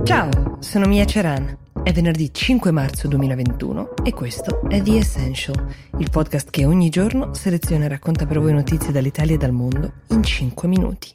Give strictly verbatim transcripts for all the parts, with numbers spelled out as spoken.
Ciao, sono Mia Ceran. È venerdì cinque marzo duemilaventuno e questo è The Essential, il podcast che ogni giorno seleziona e racconta per voi notizie dall'Italia e dal mondo in cinque minuti.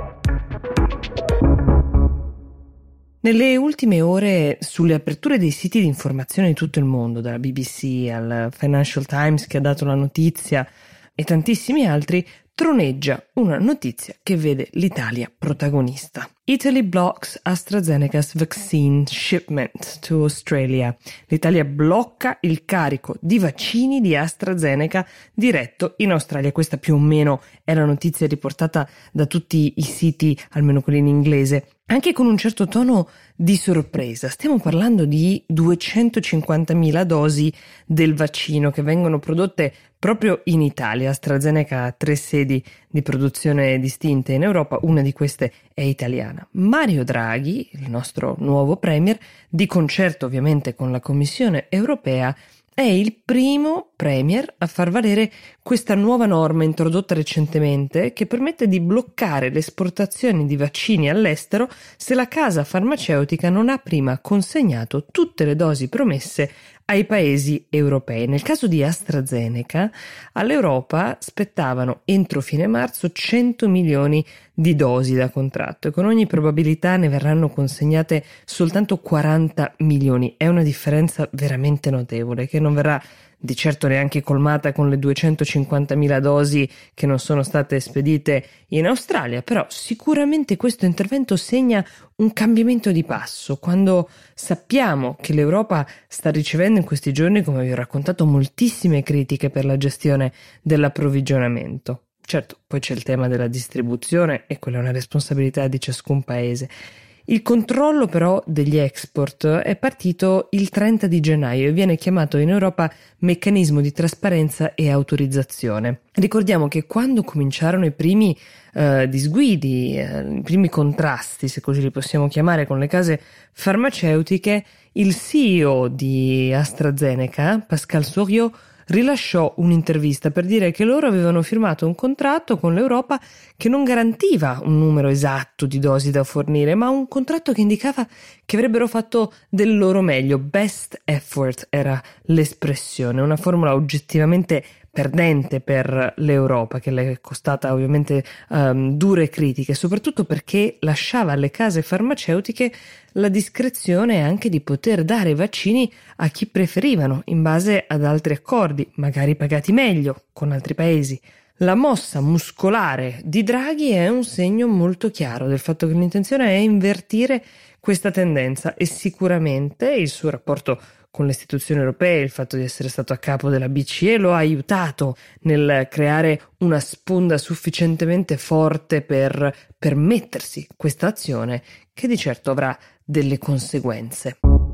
Nelle ultime ore, sulle aperture dei siti di informazione di tutto il mondo, dalla B B C al Financial Times che ha dato la notizia e tantissimi altri, troneggia una notizia che vede l'Italia protagonista. Italy blocks AstraZeneca's vaccine shipment to Australia. L'Italia blocca il carico di vaccini di AstraZeneca diretto in Australia. Questa più o meno è la notizia riportata da tutti i siti, almeno quelli in inglese, anche con un certo tono di sorpresa. Stiamo parlando di duecentocinquantamila dosi del vaccino che vengono prodotte proprio in Italia. AstraZeneca ha tre sedi di produzione distinte in Europa, una di queste è italiana. Mario Draghi, il nostro nuovo premier, di concerto ovviamente con la Commissione europea, è il primo premier a far valere questa nuova norma introdotta recentemente che permette di bloccare le esportazioni di vaccini all'estero se la casa farmaceutica non ha prima consegnato tutte le dosi promesse ai paesi europei. Nel caso di AstraZeneca, all'Europa spettavano entro fine marzo cento milioni di dosi da contratto e con ogni probabilità ne verranno consegnate soltanto quaranta milioni. È una differenza veramente notevole che non verrà di certo neanche colmata con le duecentocinquantamila dosi che non sono state spedite in Australia, però sicuramente questo intervento segna un cambiamento di passo quando sappiamo che l'Europa sta ricevendo in questi giorni, come vi ho raccontato, moltissime critiche per la gestione dell'approvvigionamento. Certo, poi c'è il tema della distribuzione e quella è una responsabilità di ciascun paese. Il controllo però degli export è partito il trenta di gennaio e viene chiamato in Europa meccanismo di trasparenza e autorizzazione. Ricordiamo che quando cominciarono i primi eh, disguidi, eh, i primi contrasti, se così li possiamo chiamare, con le case farmaceutiche, il C E O di AstraZeneca, Pascal Soriot, rilasciò un'intervista per dire che loro avevano firmato un contratto con l'Europa che non garantiva un numero esatto di dosi da fornire, ma un contratto che indicava che avrebbero fatto del loro meglio. Best effort era l'espressione, una formula oggettivamente perdente per l'Europa, che le è costata ovviamente um, dure critiche, soprattutto perché lasciava alle case farmaceutiche la discrezione anche di poter dare vaccini a chi preferivano, in base ad altri accordi, magari pagati meglio con altri paesi. La mossa muscolare di Draghi è un segno molto chiaro del fatto che l'intenzione è invertire questa tendenza e sicuramente il suo rapporto con le istituzioni europee, il fatto di essere stato a capo della B C E lo ha aiutato nel creare una sponda sufficientemente forte per permettersi questa azione che di certo avrà delle conseguenze.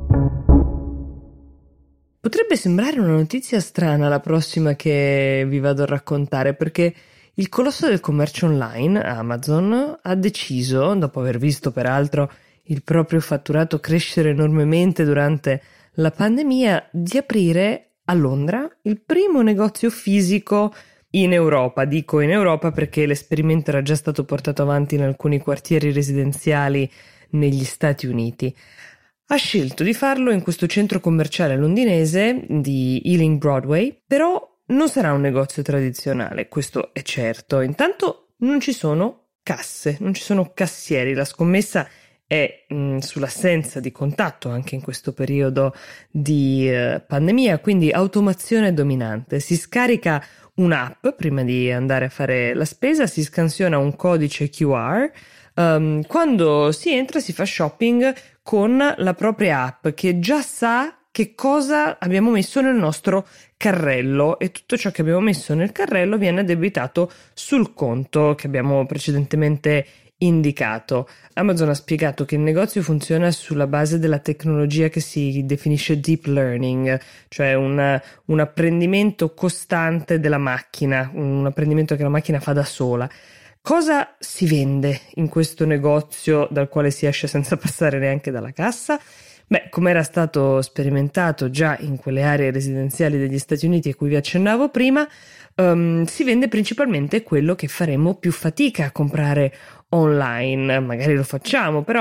Potrebbe sembrare una notizia strana la prossima che vi vado a raccontare, perché il colosso del commercio online, Amazon, ha deciso, dopo aver visto peraltro il proprio fatturato crescere enormemente durante la pandemia, di aprire a Londra il primo negozio fisico in Europa. Dico in Europa perché l'esperimento era già stato portato avanti in alcuni quartieri residenziali negli Stati Uniti. Ha scelto di farlo in questo centro commerciale londinese di Ealing Broadway, però non sarà un negozio tradizionale, questo è certo. Intanto non ci sono casse, non ci sono cassieri, la scommessa è mh, sull'assenza di contatto anche in questo periodo di eh, pandemia, quindi automazione dominante. Si scarica un'app prima di andare a fare la spesa, si scansiona un codice Q R, um, quando si entra si fa shopping con la propria app che già sa che cosa abbiamo messo nel nostro carrello e tutto ciò che abbiamo messo nel carrello viene addebitato sul conto che abbiamo precedentemente indicato. Amazon ha spiegato che il negozio funziona sulla base della tecnologia che si definisce deep learning, cioè un, un apprendimento costante della macchina, un apprendimento che la macchina fa da sola. Cosa si vende in questo negozio dal quale si esce senza passare neanche dalla cassa? Beh, come era stato sperimentato già in quelle aree residenziali degli Stati Uniti a cui vi accennavo prima, um, si vende principalmente quello che faremo più fatica a comprare online. Magari lo facciamo, però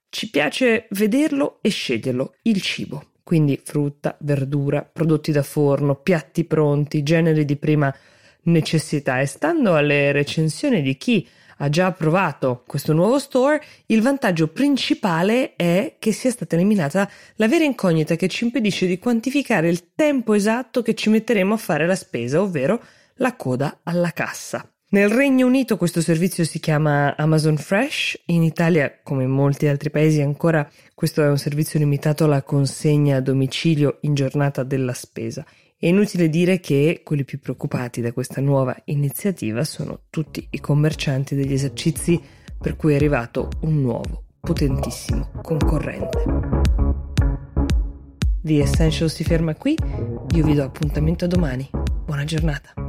Ci piace vederlo e sceglierlo, il cibo, quindi frutta, verdura, prodotti da forno, piatti pronti, generi di prima necessità, e stando alle recensioni di chi ha già provato questo nuovo store, il vantaggio principale è che sia stata eliminata la vera incognita che ci impedisce di quantificare il tempo esatto che ci metteremo a fare la spesa, ovvero la coda alla cassa. Nel Regno Unito questo servizio si chiama Amazon Fresh, in Italia, come in molti altri paesi ancora, questo è un servizio limitato alla consegna a domicilio in giornata della spesa. È inutile dire che quelli più preoccupati da questa nuova iniziativa sono tutti i commercianti degli esercizi per cui è arrivato un nuovo, potentissimo concorrente. The Essential si ferma qui, io vi do appuntamento a domani. Buona giornata.